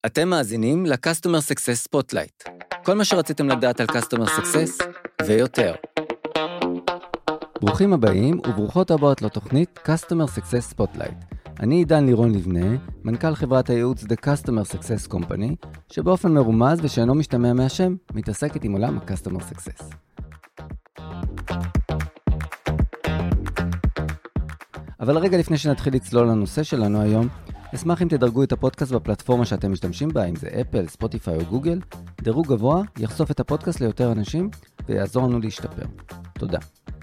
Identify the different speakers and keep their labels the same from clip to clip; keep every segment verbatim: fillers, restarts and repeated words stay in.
Speaker 1: אתם מאזינים ל-Customer Success Spotlight. כל מה שרציתם לדעת על Customer Success ויותר. ברוכים הבאים וברוכות הבאות לתוכנית Customer Success Spotlight. אני עידן לירון לבנה, מנכ"ל חברת הייעוץ The Customer Success Company, שבאופן מרומז ושאינו משתמע מהשם, מתעסקת עם עולם ה-Customer Success. אבל רגע לפני שנתחיל לצלול לנושא שלנו היום, אשמח אם תדרגו את הפודקאסט בפלטפורמה שאתם משתמשים בה, אם זה אפל, ספוטיפיי או גוגל. דירוג גבוה יחשוף את הפודקאסט ליותר אנשים ויעזור לנו להשתפר. תודה.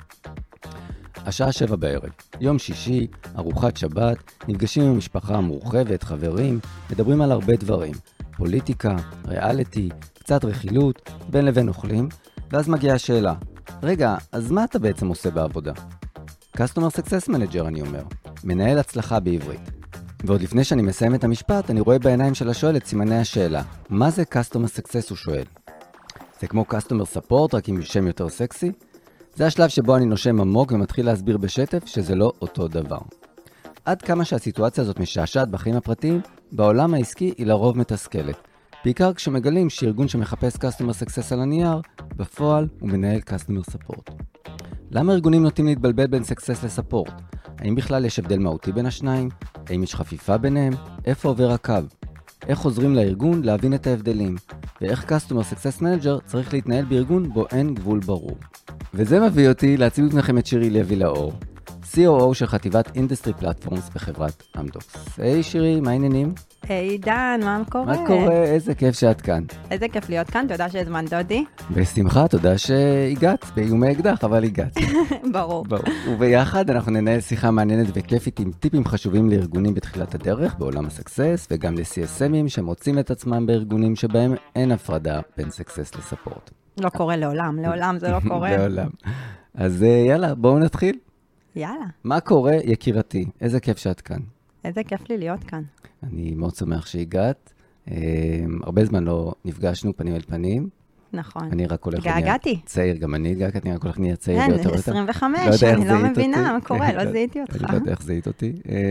Speaker 1: השעה שבע בערב, יום שישי, ארוחת שבת, נפגשים עם המשפחה המורחבת, חברים, מדברים על הרבה דברים, פוליטיקה, ריאליטי, קצת רכילות, בין לבין אוכלים, ואז מגיעה השאלה, רגע, אז מה אתה בעצם עושה בעבודה? Customer Success Manager אני אומר, מנהל הצלחה בעברית. ועוד לפני שאני מסיים את המשפט, אני רואה בעיניים של השואל את סימני השאלה. מה זה Customer Success, הוא שואל? זה כמו Customer Support, רק עם שם יותר סקסי? זה השלב שבו אני נושם עמוק ומתחיל להסביר בשטף שזה לא אותו דבר. עד כמה שהסיטואציה הזאת משעשעת בחיים הפרטיים, בעולם העסקי היא לרוב מתסכלת. בעיקר כשמגלים שארגון שמחפש Customer Success על הנייר, בפועל הוא מנהל Customer Support. למה ארגונים נוטים להתבלבל בין Success ל-Support? האם בכלל יש הבדל מהותי בין השניים? האם יש חפיפה ביניהם? איפה עובר הקו? איך חוזרים לארגון להבין את ההבדלים? ואיך Customer Success Manager צריך להתנהל בארגון בו אין גבול ברור? וזה מביא אותי להציג בפניכם את שירי לוי לאור, סי או או של חטיבת Industry Platforms בחברת אמדוקס. היי שירי, מה העניינים?
Speaker 2: היי דן, מה קורה?
Speaker 1: מה קורה? איזה כיף שאת כאן.
Speaker 2: איזה כיף להיות כאן, תודה שהזמנת אותי.
Speaker 1: בשמחה, תודה שהגעת, באיומי אקדח, אבל הגעת.
Speaker 2: ברור.
Speaker 1: ברור. וביחד אנחנו ננהל שיחה מעניינת וכיפית עם טיפים חשובים לארגונים בתחילת הדרך, בעולם הסקסס, וגם ל-סי אס אמים שמוצאים את עצמם בארגונים שבהם אין הפרדה בין סקסס לספורט.
Speaker 2: לא קורה לעולם, לעולם זה לא קורה.
Speaker 1: לעולם. אז יאללה, בואו נתחיל.
Speaker 2: יאללה.
Speaker 1: מה קורה, יקירתי? איזה כיף שאת כאן.
Speaker 2: איזה כיף לי להיות כאן.
Speaker 1: אני מאוד שמח שהגעת. הרבה זמן לא נפגשנו פנים אל פנים.
Speaker 2: נכון.
Speaker 1: אני רק הולך
Speaker 2: געגעתי.
Speaker 1: צעיר, גם אני געגעתי, אני רק הולך נהיה צעיר.
Speaker 2: כן, עשרים וחמש, אני לא מבינה מה קורה, לא זיהיתי אותך.
Speaker 1: אני לא יודע איך זיהית אותי.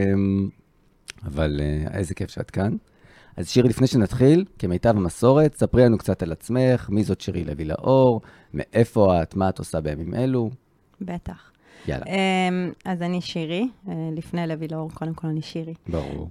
Speaker 1: אבל איזה כיף שאת כאן. אז שירי, לפני שנתחיל, כמיטב המסורת, ספרי לנו קצת על עצמך, מי זאת שירי לוי לאור, מאיפה את, מה את עושה בימים אלו.
Speaker 2: בטח.
Speaker 1: יאללה.
Speaker 2: אז אני שירי, לפני לוי לאור, קודם כל אני שירי.
Speaker 1: ברור.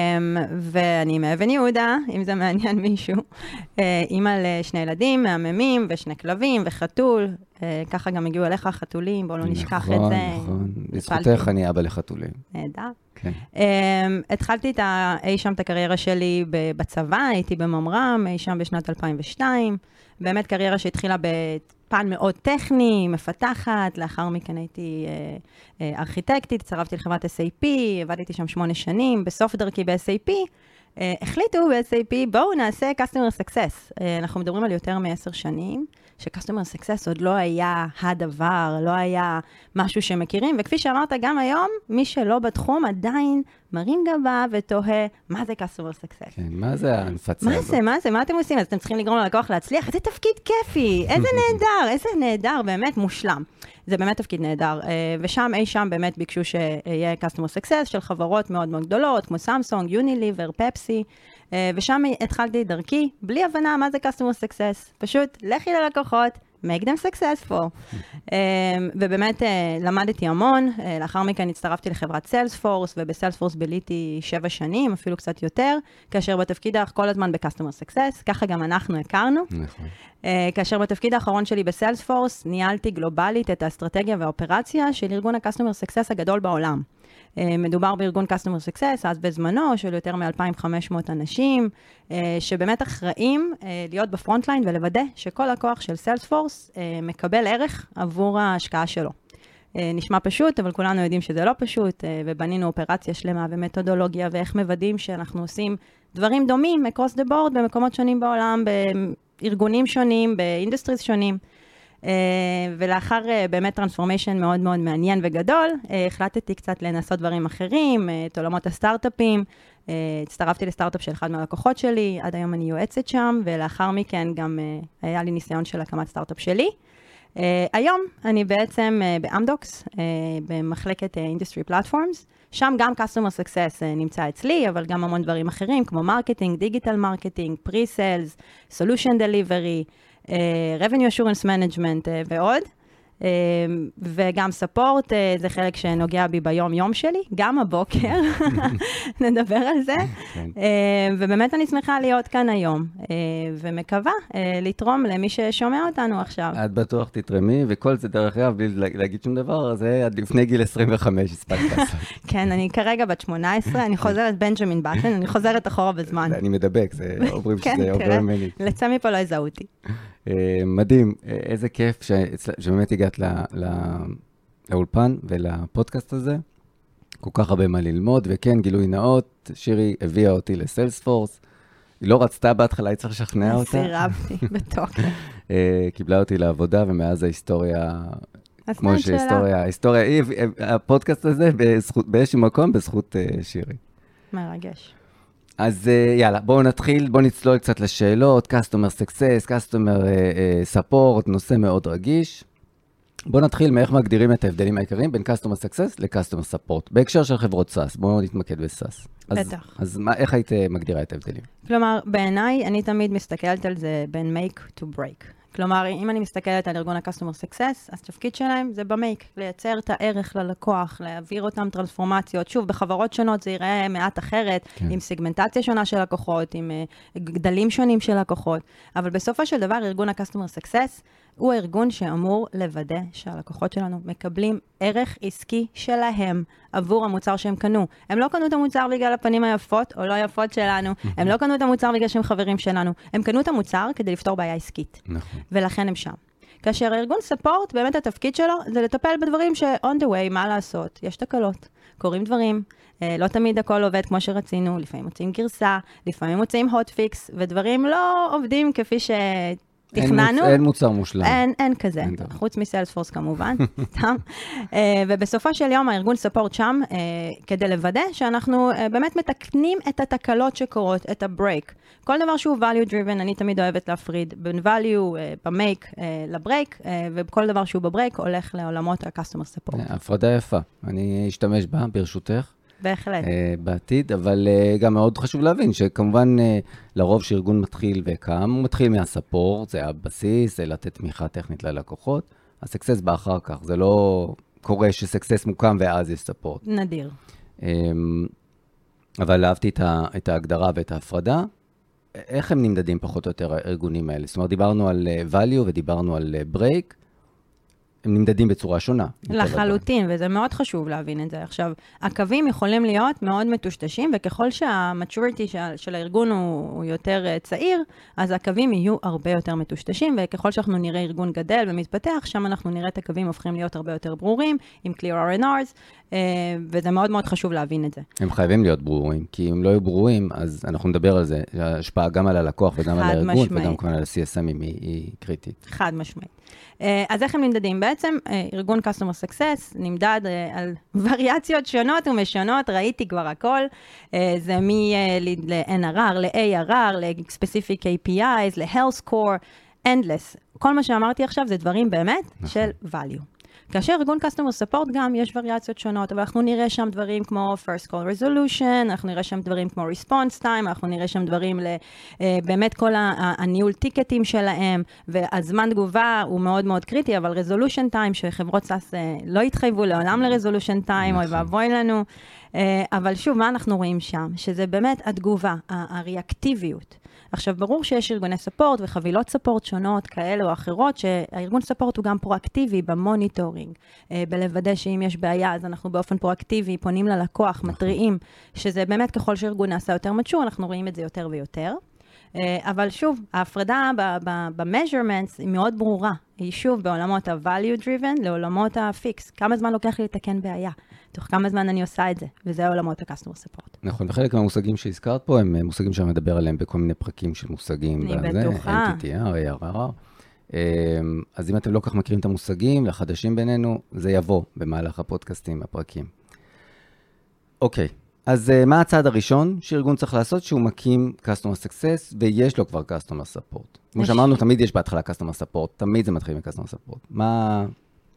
Speaker 2: ואני מאבן יהודה, אם זה מעניין מישהו. אימא לשני ילדים, מהממים, ושני כלבים, וחתול. ככה גם הגיעו אליך חתולים, בואו לא נשכח את זה.
Speaker 1: נכון, נכון. בזכותך אני אבא לחתולים.
Speaker 2: נהדר.
Speaker 1: כן.
Speaker 2: התחלתי את אי שם את הקריירה שלי בצבא, הייתי בממר"ם, אי שם בשנת אלפיים ושתיים. באמת קריירה שהתחילה בפן מאוד טכני, מפתחת, לאחר מכן הייתי אה, אה, ארכיטקטית, צרבתי לחברת אס איי פי, עבדתי שם שמונה שנים, בסוף דרכי ב-אס איי פי, אה, החליטו ב-אס איי פי, בואו נעשה Customer Success. אה, אנחנו מדברים על יותר מעשר שנים, ש-Customer Success עוד לא היה הדבר, לא היה משהו שמכירים, וכפי שאמרת גם היום, מי שלא בתחום עדיין מרים גבה ותוהה, מה זה Customer Success?
Speaker 1: כן, מה זה ההנפצה
Speaker 2: מה
Speaker 1: הזאת?
Speaker 2: זה, מה זה, מה אתם עושים? אז אתם צריכים לגרום ללקוח להצליח, איזה תפקיד כיפי, איזה נהדר, איזה נהדר, באמת מושלם. זה באמת תפקיד נהדר, ושם אי שם באמת ביקשו שיהיה Customer Success של חברות מאוד מאוד גדולות, כמו סמסונג, יוניליבר, פפסי, ושם התחלתי דרכי, בלי הבנה מה זה Customer Success, פשוט לכי ללקוחות, make them successful. ובאמת למדתי המון, לאחר מכן הצטרפתי לחברת סיילספורס, ובסיילספורס ביליתי שבע שנים, אפילו קצת יותר, כאשר בתפקיד האח כל הזמן ב-Customer Success, ככה גם אנחנו הכרנו. נכון. כאשר בתפקיד האחרון שלי בסיילספורס, ניהלתי גלובלית את האסטרטגיה והאופרציה של ארגון ה-Customer Success הגדול בעולם. מדובר בארגון Customer Success, אז בזמנו של יותר מ-אלפיים וחמש מאות אנשים, שבאמת אחראים להיות בפרונטליין ולוודא שכל לקוח של סיילספורס מקבל ערך עבור ההשקעה שלו. נשמע פשוט, אבל כולנו יודעים שזה לא פשוט, ובנינו אופרציה שלמה ומתודולוגיה, ואיך מוודאים שאנחנו עושים דברים דומים, across the board, במקומות שונים בעולם, בארגונים שונים, באינדסטריז שונים. ולאחר באמת טרנספורמיישן מאוד מאוד מעניין וגדול, החלטתי קצת לנסות דברים אחרים, את עולמות הסטארט-אפים, הצטרפתי לסטארט-אפ של אחד מהלקוחות שלי, עד היום אני יועצת שם, ולאחר מכן גם היה לי ניסיון של הקמת סטארט-אפ שלי. היום אני בעצם באמדוקס, במחלקת Industry Platforms, שם גם Customer Success נמצא אצלי, אבל גם המון דברים אחרים, כמו מרקטינג, דיגיטל מרקטינג, פרי-סיילס, Solution Delivery, Revenue Assurance Management ועוד. וגם ספורט, זה חלק שנוגע בי ביום יום שלי, גם הבוקר, נדבר על זה. ובאמת אני שמחה להיות כאן היום, ומקווה לתרום למי ששומע אותנו עכשיו.
Speaker 1: את בטוח תתרמי, וכל זה דרך אגב, בלי להגיד שום דבר, זה עד לפני גיל עשרים וחמש, הספקת לעשות.
Speaker 2: כן, אני כרגע בת שמונה עשרה, אני חוזרת בנג'מין בטן, אני חוזרת אחורה בזמן.
Speaker 1: אני מדבק, אומרים שזה עובר ממני.
Speaker 2: לצא מפה לא יזהו אותי.
Speaker 1: מדהים, איזה כיף שבאמת הגעת לאולפן ולפודקאסט הזה. כל כך הרבה מה ללמוד, וכן, גילוי נאות, שירי הביאה אותי לסיילספורס. היא לא רצתה בהתחלה, היא צריך לשכנע אותה.
Speaker 2: סירבתי, בתוקף.
Speaker 1: קיבלה אותי לעבודה, ומאז ההיסטוריה, כמו שההיסטוריה, ההיסטוריה, הפודקאסט הזה באיזשהו מקום בזכות שירי.
Speaker 2: מרגש.
Speaker 1: אז יאללה, בואו נתחיל, בואו נצלול קצת לשאלות, Customer Success, Customer Support, נושא מאוד רגיש. בואו נתחיל מאיך מגדירים את ההבדלים העיקריים בין Customer Success ל-Customer Support, בהקשר של חברות סאס, בואו נתמקד בסאס.
Speaker 2: בטח.
Speaker 1: אז, אז מה, איך היית מגדירה את ההבדלים?
Speaker 2: כלומר, בעיניי, אני תמיד מסתכלת על זה בין make to break. כלומר, אם אני מסתכלת על ארגון ה-Customer Success, אז תפקיד שלהם זה במייק, לייצר את הערך ללקוח, להעביר אותם טרנספורמציות. שוב, בחברות שונות זה ייראה מעט אחרת, כן. עם סגמנטציה שונה של לקוחות, עם uh, גדלים שונים של לקוחות. אבל בסופו של דבר, ארגון ה-Customer Success הוא הארגון שאמור לוודא שהלקוחות שלנו מקבלים ערך עסקי שלהם עבור המוצר שהם קנו. הם לא קנו את המוצר בגלל הפנים היפות או לא יפות שלנו, הם לא קנו את המוצר בגלל שהם חברים שלנו, הם קנו את המוצר כדי לפתור בעיה עסקית. נכון. ולכן הם שם. כאשר הארגון ספורט, באמת התפקיד שלו זה לטפל בדברים ש-on the way, מה לעשות? יש תקלות, קורים דברים, לא תמיד הכל עובד כמו שרצינו, לפעמים מוצאים גרסה, לפעמים מוצאים hotfix, ודברים לא עובדים כפי ש... תכננו.
Speaker 1: אין מוצר מושלם.
Speaker 2: אין, אין כזה, אין חוץ מסיילספורס כמובן. ובסופו של יום הארגון ספורט שם, כדי לוודא שאנחנו באמת מתקנים את התקלות שקורות, את הברייק. כל דבר שהוא value driven, אני תמיד אוהבת להפריד בין value במייק לברייק, ובכל דבר שהוא בברייק הולך לעולמות ה-customer support.
Speaker 1: הפרדה יפה, אני אשתמש בה ברשותך.
Speaker 2: בהחלט.
Speaker 1: בעתיד, אבל גם מאוד חשוב להבין שכמובן לרוב שארגון מתחיל וקם, הוא מתחיל מהספורט, זה הבסיס, זה לתת תמיכה טכנית ללקוחות. הסקסס בא אחר כך, זה לא קורה שסקסס מוקם ואז יש ספורט.
Speaker 2: נדיר.
Speaker 1: אבל אהבתי את ההגדרה ואת ההפרדה. איך הם נמדדים פחות או יותר הארגונים האלה? זאת אומרת, דיברנו על value ודיברנו על break, הם נמדדים בצורה שונה.
Speaker 2: לחלוטין, וזה מאוד חשוב להבין את זה. עכשיו, הקווים יכולים להיות מאוד מטושטשים, וככל שהמטוריטי של, של הארגון הוא, הוא יותר צעיר, אז הקווים יהיו הרבה יותר מטושטשים, וככל שאנחנו נראה ארגון גדל ומתפתח, שם אנחנו נראה את הקווים הופכים להיות הרבה יותר ברורים, עם Clear אר אן אר'ס, וזה מאוד מאוד חשוב להבין את זה.
Speaker 1: הם חייבים להיות ברורים, כי אם לא יהיו ברורים, אז אנחנו נדבר על זה, ההשפעה גם על הלקוח וגם על הארגון, משמעית. וגם על ה-סי אס אם היא, היא קריטית.
Speaker 2: חד משמעית. אז איך הם נמדדים? בעצם ארגון Customer Success נמדד על וריאציות שונות ומשונות, ראיתי כבר הכל, זה מ-אן אר אר, ל-איי אר אר, ל-Specific איי פי איז, ל-Health Score, Endless. כל מה שאמרתי עכשיו זה דברים באמת של value. כאשר ארגון Customer Support גם יש וריאציות שונות, אבל אנחנו נראה שם דברים כמו First Call Resolution, אנחנו נראה שם דברים כמו Response Time, אנחנו נראה שם דברים באמת כל הניהול טיקטים שלהם, והזמן תגובה הוא מאוד מאוד קריטי, אבל Resolution Time שחברות סאס לא התחייבו לעולם ל-Resolution Time, אוי ואבוי לנו, אבל שוב, מה אנחנו רואים שם? שזה באמת התגובה, הריאקטיביות. עכשיו, ברור שיש ארגוני ספורט וחבילות ספורט שונות כאלה או אחרות, שהארגון ספורט הוא גם פרואקטיבי במוניטורינג, בלוודא שאם יש בעיה, אז אנחנו באופן פרואקטיבי פונים ללקוח, מטריעים, שזה באמת ככל שארגון נעשה יותר מצ'ור, אנחנו רואים את זה יותר ויותר. אבל שוב, ההפרדה ב-measurements היא מאוד ברורה. היא שוב בעולמות ה-value driven לעולמות ה-fix. כמה זמן לוקח לי לתקן בעיה? תוך כמה זמן אני עושה את זה? וזה העולמות ה-customer support.
Speaker 1: נכון, וחלק מהמושגים שהזכרת פה הם מושגים שאני מדבר עליהם בכל מיני פרקים של מושגים.
Speaker 2: אני בטוחה.
Speaker 1: אן טי טי אר, איי אר אר. אז אם אתם לא כך מכירים את המושגים, לחדשים בינינו, זה יבוא במהלך הפודקאסטים, הפרקים. אוקיי. אז uh, מה הצעד הראשון שארגון צריך לעשות? שהוא מקים Customer Success, ויש לו כבר Customer Support. כמו שאמרנו, תמיד יש בהתחלה Customer Support, תמיד זה מתחיל מ-Customer Support. מה...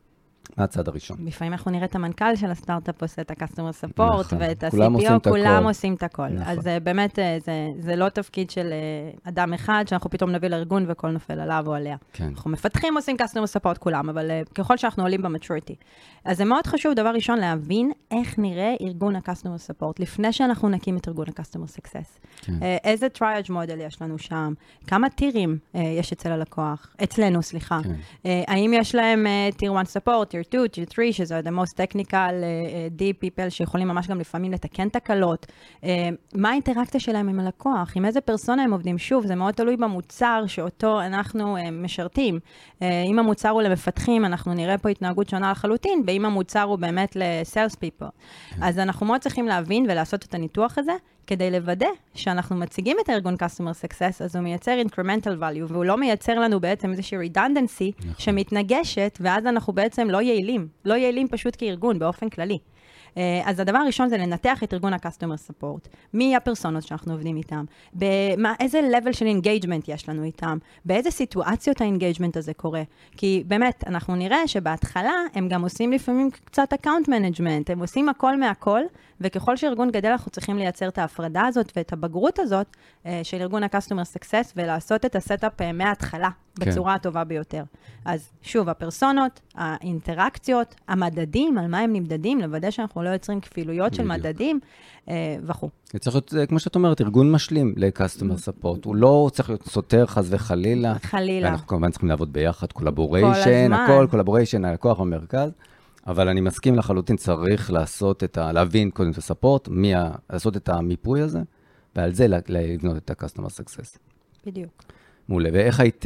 Speaker 1: מה הצד הראשון?
Speaker 2: לפעמים אנחנו נראה את המנכ"ל של הסטארט-אפ עושה את ה-Customer Support,
Speaker 1: נכון.
Speaker 2: ואת ה-סי
Speaker 1: כולם
Speaker 2: פי
Speaker 1: עושים
Speaker 2: או,
Speaker 1: את הכל.
Speaker 2: כולם עושים את הכל.
Speaker 1: נכון.
Speaker 2: אז זה באמת, זה, זה לא תפקיד של אדם אחד, שאנחנו פתאום נביא לארגון וכל נופל עליו או עליה.
Speaker 1: כן.
Speaker 2: אנחנו מפתחים, עושים Customer Support כולם, אבל ככל שאנחנו עולים ב-maturity. אז זה מאוד חשוב, דבר ראשון, להבין איך נראה ארגון ה-Customer Support, לפני שאנחנו נקים את ארגון ה-Customer Success.
Speaker 1: כן.
Speaker 2: איזה triage model יש לנו שם? כמה טירים יש אצל הלקוח? אצלנו, סליחה.
Speaker 1: כן.
Speaker 2: האם יש להם Tier one Support, Tier two, Tier three, שזה the most technical, uh, deep people, שיכולים ממש גם לפעמים לתקן תקלות. Uh, מה האינטראקציה שלהם עם הלקוח? עם איזה פרסונה הם עובדים? שוב, זה מאוד תלוי במוצר שאותו אנחנו uh, משרתים. Uh, אם המוצר הוא למפתחים, אנחנו נראה פה התנהגות שונה לחלוטין, ואם המוצר הוא באמת ל-sales people. כן. אז אנחנו מאוד צריכים להבין ולעשות את הניתוח הזה, כדי לוודא שאנחנו מציגים את הארגון Customer Success, אז הוא מייצר incremental value, והוא לא מייצר לנו בעצם איזושהי redundancy נכון. שמתנגשת, ואז אנחנו בעצם לא יעילים. לא יעילים פשוט כארגון, באופן כללי. אז הדבר הראשון זה לנתח את ארגון ה-Customer Support. מי הפרסונות שאנחנו עובדים איתם? במה, איזה level של engagement יש לנו איתם? באיזה סיטואציות ה-engagement הזה קורה? כי באמת, אנחנו נראה שבהתחלה הם גם עושים לפעמים קצת account management, הם עושים הכל מהכל, וככל שארגון גדל אנחנו צריכים לייצר את ההפרדה הזאת ואת הבגרות הזאת של ארגון ה-Customer Success, ולעשות את הסטאפ מההתחלה. בצורה הטובה ביותר. אז שוב, הפרסונות, האינטראקציות, המדדים, על מה הם נמדדים, לוודא שאנחנו לא יוצרים כפילויות של מדדים וכו'.
Speaker 1: זה צריך להיות, כמו שאת אומרת, ארגון משלים ל-Customer Support. הוא לא צריך להיות סותר חס וחלילה.
Speaker 2: חלילה.
Speaker 1: ואנחנו כמובן צריכים לעבוד ביחד, קולבוריישן, הכל, קולבוריישן, הלקוח במרכז. אבל אני מסכים לחלוטין, צריך לעשות את ה... להבין קודם את הספורט, לעשות את המיפוי הזה, ועל זה לבנות את ה-Customer Success.
Speaker 2: בדיוק.
Speaker 1: מעולה, ואיך היית...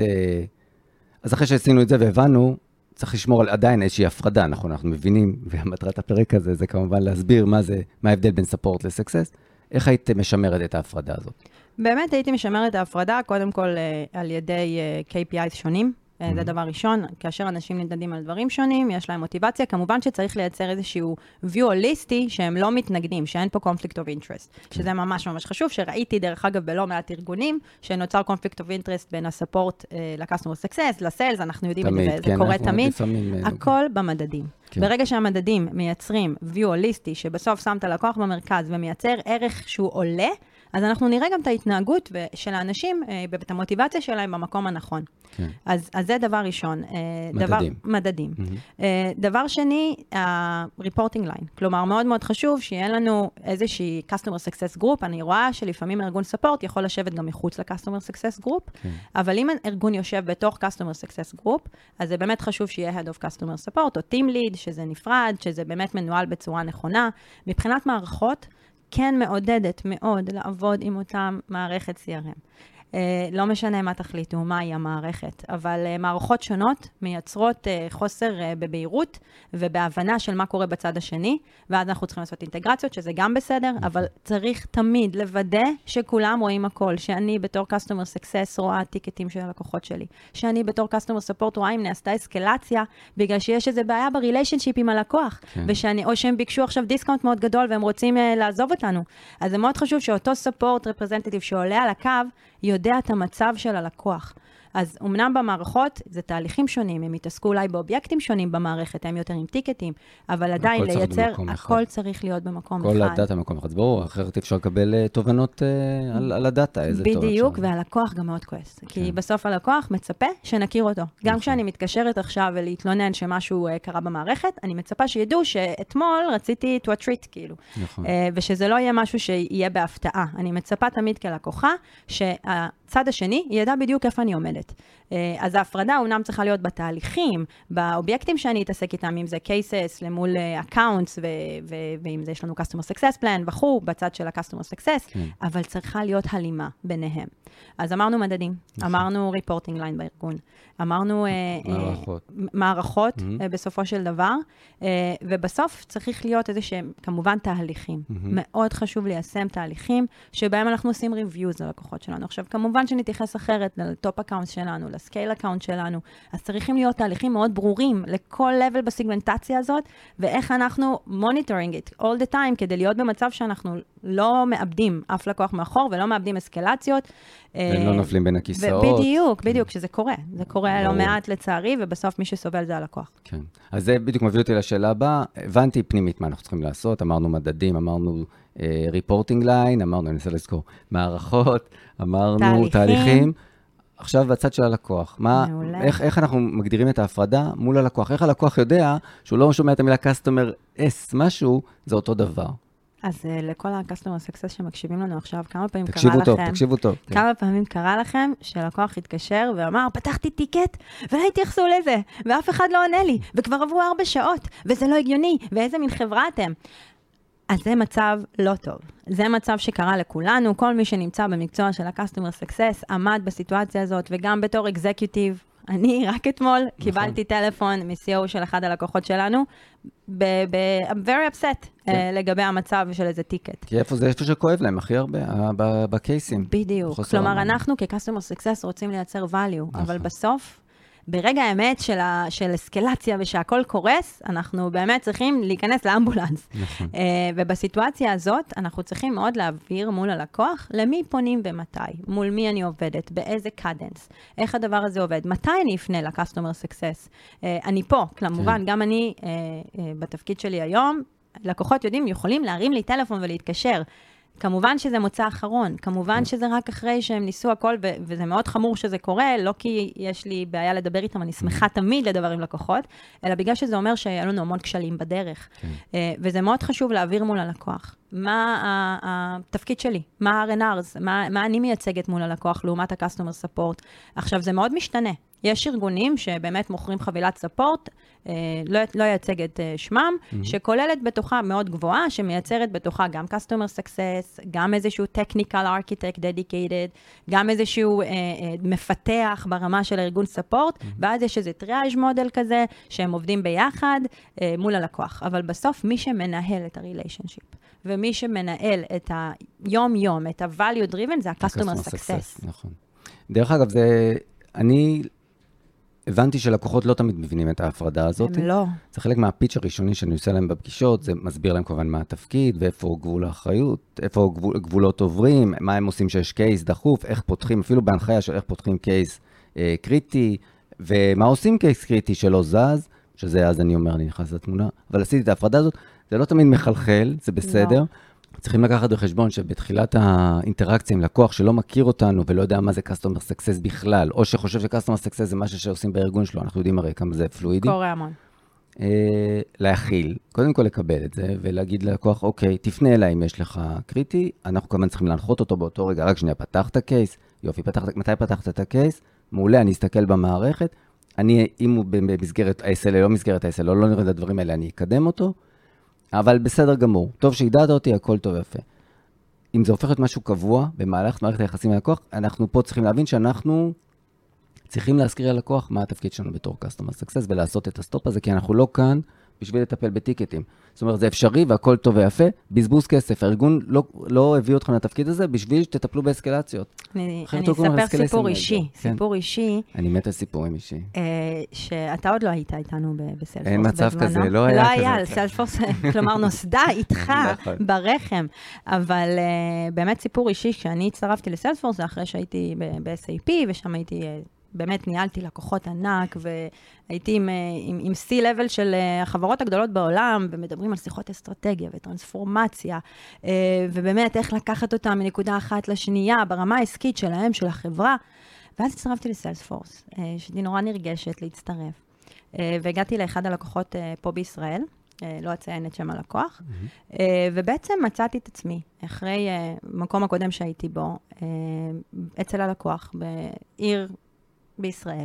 Speaker 1: אז אחרי שעשינו את זה והבנו, צריך לשמור על עדיין איזושהי הפרדה, אנחנו, אנחנו מבינים, ומטרת הפרק הזה זה כמובן להסביר מה זה, מה ההבדל בין ספורט לסקסס, איך היית משמרת את ההפרדה הזאת?
Speaker 2: באמת הייתי משמרת את ההפרדה, קודם כל על ידי קיי פי איז שונים, זה דבר ראשון, כאשר אנשים נמדדים על דברים שונים, יש להם מוטיבציה, כמובן שצריך לייצר איזשהו view הוליסטי שהם לא מתנגדים, שאין פה conflict of interest, שזה ממש ממש חשוב, שראיתי דרך אגב בלא מעט ארגונים, שנוצר conflict of interest בין הספורט ל-customer success, לסלס, אנחנו יודעים את זה, זה קורה תמיד, הכל במדדים. ברגע שהמדדים מייצרים view הוליסטי, שבסוף שם את הלקוח במרכז ומייצר ערך שהוא עולה, אז אנחנו נראה גם את ההתנהגות של האנשים, ואת המוטיבציה שלהם במקום הנכון. כן. אז, אז זה דבר ראשון.
Speaker 1: מדדים.
Speaker 2: דבר, מדדים. Mm-hmm. דבר שני, ה-reporting line. כלומר, מאוד מאוד חשוב שיהיה לנו איזושהי customer success group. אני רואה שלפעמים ארגון ספורט יכול לשבת גם מחוץ ל-customer success group, כן. אבל אם ארגון יושב בתוך customer success group, אז זה באמת חשוב שיהיה head of customer support, או team lead, שזה נפרד, שזה באמת מנוהל בצורה נכונה. מבחינת מערכות, כן מעודדת מאוד לעבוד עם אותם מערכת סי אר אם. Uh, לא משנה מה תחליטו, מהי המערכת, אבל uh, מערכות שונות מייצרות uh, חוסר uh, בבהירות ובהבנה של מה קורה בצד השני, ואז אנחנו צריכים לעשות אינטגרציות, שזה גם בסדר, אבל צריך תמיד לוודא שכולם רואים הכל, שאני בתור Customer Success רואה טיקטים של הלקוחות שלי, שאני בתור Customer Support רואה אם נעשתה אסקלציה, בגלל שיש איזו בעיה בריליישנשיפ עם הלקוח, ושאני, או שהם ביקשו עכשיו דיסקאונט מאוד גדול, והם רוצים uh, לעזוב אותנו. אז זה מאוד חשוב שאותו Support Representative שעולה על הקו, יודע את המצב של הלקוח. אז אמנם במערכות זה תהליכים שונים, הם יתעסקו אולי באובייקטים שונים במערכת, הם יותר עם טיקטים, אבל עדיין לייצר, הכל צריך להיות במקום אחד.
Speaker 1: כל הדאטה במקום אחד, ברור, אחרת אפשר לקבל תובנות על הדאטה, איזה טוב.
Speaker 2: בדיוק, והלקוח גם מאוד כועס, כי בסוף הלקוח מצפה שנכיר אותו. גם כשאני מתקשרת עכשיו ולהתלונן שמשהו קרה במערכת, אני מצפה שידעו שאתמול רציתי to a treat, כאילו. ושזה לא יהיה משהו שיהיה בהפתעה. אני מצפה תמיד כלקוחה, שהצד השני ידע בדיוק איפה אני עומדת. אז ההפרדה אומנם צריכה להיות בתהליכים, באובייקטים שאני אתעסק איתם, אם זה cases למול accounts, ואם זה יש לנו customer success plan וכו', בצד של ה-customer success, אבל צריכה להיות הלימה ביניהם. אז אמרנו מדדים, אמרנו reporting line בארגון, אמרנו מערכות בסופו של דבר, ובסוף צריך להיות איזה שהם כמובן תהליכים. מאוד חשוב ליישם תהליכים שבהם אנחנו עושים reviews ללקוחות שלנו. עכשיו, כמובן כמובן שנתייחס אחרת לטופ אקאונט שלנו, לסקייל אקאונט שלנו, אז צריכים להיות תהליכים מאוד ברורים לכל level בסיגמנטציה הזאת, ואיך אנחנו monitoring it all the time, כדי להיות במצב שאנחנו לא מאבדים אף לקוח מאחור, ולא מאבדים אסקלציות.
Speaker 1: ולא נופלים בין הכיסאות.
Speaker 2: בדיוק, בדיוק, שזה קורה. זה קורה לא מעט לצערי, ובסוף מי שסובל זה הלקוח.
Speaker 1: כן. אז זה בדיוק מביא אותי לשאלה הבאה. הבנתי פנימית מה אנחנו צריכים לעשות, אמרנו מדדים, אמרנו ריפורטינג ליין, אמרנו, אני אנסה לזכור, מערכות, אמרנו תהליכים. עכשיו בצד של הלקוח, מה, איך, איך אנחנו מגדירים את ההפרדה מול הלקוח? איך הלקוח יודע שהוא לא שומע את המילה customer S, משהו, זה אותו דבר.
Speaker 2: אז uh, לכל ה-customer success שמקשיבים לנו עכשיו, כמה פעמים קרה
Speaker 1: תקשיבו טוב,
Speaker 2: לכם,
Speaker 1: תקשיבו טוב.
Speaker 2: כמה כן. פעמים קרה לכם שלקוח התקשר ואמר, פתחתי טיקט ולא התייחסו לזה, ואף אחד לא עונה לי, וכבר עברו ארבע שעות, וזה לא הגיוני, ואיזה מין חברה אתם. אז זה מצב לא טוב. זה מצב שקרה לכולנו, כל מי שנמצא במקצוע של ה-customer success עמד בסיטואציה הזאת, וגם בתור אקזקיוטיב, אני רק אתמול נכון. קיבלתי טלפון מ-סי או של אחד הלקוחות שלנו, ב- very upset כן. uh, לגבי המצב של איזה טיקט.
Speaker 1: כי איפה זה איפה שכואב להם הכי הרבה, בקייסים.
Speaker 2: בדיוק. כלומר, המון. אנחנו כ-customer success רוצים לייצר value, נכון. אבל בסוף, ברגע האמת של, ה, של אסקלציה ושהכל קורס, אנחנו באמת צריכים להיכנס לאמבולנס. נכון. Uh, ובסיטואציה הזאת, אנחנו צריכים מאוד להעביר מול הלקוח, למי פונים ומתי, מול מי אני עובדת, באיזה קדנס, איך הדבר הזה עובד, מתי אני אפנה ל-customer success. Uh, אני פה, כמובן, כן. גם אני, uh, uh, בתפקיד שלי היום, לקוחות יודעים, יכולים להרים לי טלפון ולהתקשר. כמובן שזה מוצא אחרון, כמובן שזה רק אחרי שהם ניסו הכל, ו- וזה מאוד חמור שזה קורה, לא כי יש לי בעיה לדבר איתם, אני שמחה תמיד לדבר עם לקוחות, אלא בגלל שזה אומר שהיה לנו המון כשלים בדרך. Okay. וזה מאוד חשוב להעביר מול הלקוח. מה התפקיד שלי? מה ה-אר אן ארס? מה, מה אני מייצגת מול הלקוח לעומת ה-Customer Support? עכשיו, זה מאוד משתנה. יש ארגונים שבאמת מוכרים חבילת ספורט, אה, לא, לא ייצג את אה, שמם, mm-hmm. שכוללת בתוכה מאוד גבוהה, שמייצרת בתוכה גם Customer Success, גם איזשהו Technical Architect Dedicated, גם איזשהו אה, אה, מפתח ברמה של ארגון ספורט, mm-hmm. ואז יש איזה טריאז' מודל כזה, שהם עובדים ביחד אה, מול הלקוח. אבל בסוף, מי שמנהל את ה-Relationship, ומי שמנהל את היום-יום, את ה-Value Driven, זה ה-Customer Success.
Speaker 1: נכון. דרך אגב, זה... אני... הבנתי שלקוחות לא תמיד מבינים את ההפרדה הזאת.
Speaker 2: הם לא.
Speaker 1: זה חלק מהפיץ' הראשוני שאני עושה להם בפגישות, זה מסביר להם כמובן מה התפקיד, ואיפה גבול האחריות, איפה גבול, גבולות עוברים, מה הם עושים שיש קייס דחוף, איך פותחים, אפילו בהנחיה של איך פותחים קייס אה, קריטי, ומה עושים קייס קריטי שלא זז, שזה אז אני אומר, אני נכנס לתמונה, אבל עשיתי את ההפרדה הזאת, זה לא תמיד מחלחל, זה בסדר. לא. צריכים לקחת בחשבון שבתחילת האינטראקציה עם לקוח שלא מכיר אותנו ולא יודע מה זה Customer Success בכלל, או שחושב ש-Customer Success זה משהו שעושים בארגון שלו, אנחנו יודעים הרי כמה זה פלואידי.
Speaker 2: קורה המון.
Speaker 1: אה, להכיל, קודם כל לקבל את זה, ולהגיד ללקוח, אוקיי, תפנה אליי אם יש לך קריטי, אנחנו כמובן צריכים להנחות אותו באותו רגע, רק שנייה, פתח את הקייס, יופי, פתח, מתי פתחת את הקייס? מעולה, אני אסתכל במערכת, אני, אם הוא במסגרת ה-אס אל איי, לא מסגרת ה-אס אל איי, לא נראה את הדברים האלה, אני אקדם אותו, אבל בסדר גמור. טוב שהגדרת אותי, הכל טוב יפה. אם זה הופך להיות משהו קבוע במהלך מערכת היחסים עם הלקוח, אנחנו פה צריכים להבין שאנחנו צריכים להזכיר ללקוח מה התפקיד שלנו בתור Customer Success ולעשות את הסטופ הזה, כי אנחנו לא כאן בשביל לטפל בטיקטים. זאת אומרת, זה אפשרי והכל טוב ויפה, בזבוז כסף. הארגון לא, לא הביא אתכם לתפקיד הזה בשביל שתטפלו באסקלציות.
Speaker 2: אני, אני אספר סיפור אישי,
Speaker 1: כן.
Speaker 2: סיפור אישי.
Speaker 1: אני מת על סיפורים אישי.
Speaker 2: אה, שאתה עוד לא היית איתנו בסיילספורס.
Speaker 1: אין מצב
Speaker 2: בזמנו.
Speaker 1: כזה, לא היה
Speaker 2: לא
Speaker 1: כזה.
Speaker 2: לא היה, סיילספורס, כלומר נוסדה איתך ברחם. אבל אה, באמת סיפור אישי, כשאני הצטרפתי לסיילספורס, זה אחרי שהייתי ב-אס איי פי, ושם הייתי... באמת ניהלתי לקוחות ענק, והייתי עם, עם, עם C-level של החברות הגדולות בעולם, ומדברים על שיחות אסטרטגיה וטרנספורמציה, ובאמת איך לקחת אותם מנקודה אחת לשנייה, ברמה העסקית שלהם, של החברה. ואז הצטרפתי לסיילספורס, שהייתי נורא נרגשת להצטרף. והגעתי לאחד הלקוחות פה בישראל, לא אציין את שם הלקוח, mm-hmm. ובעצם מצאתי את עצמי, אחרי מקום הקודם שהייתי בו, אצל הלקוח, בעיר בישראל,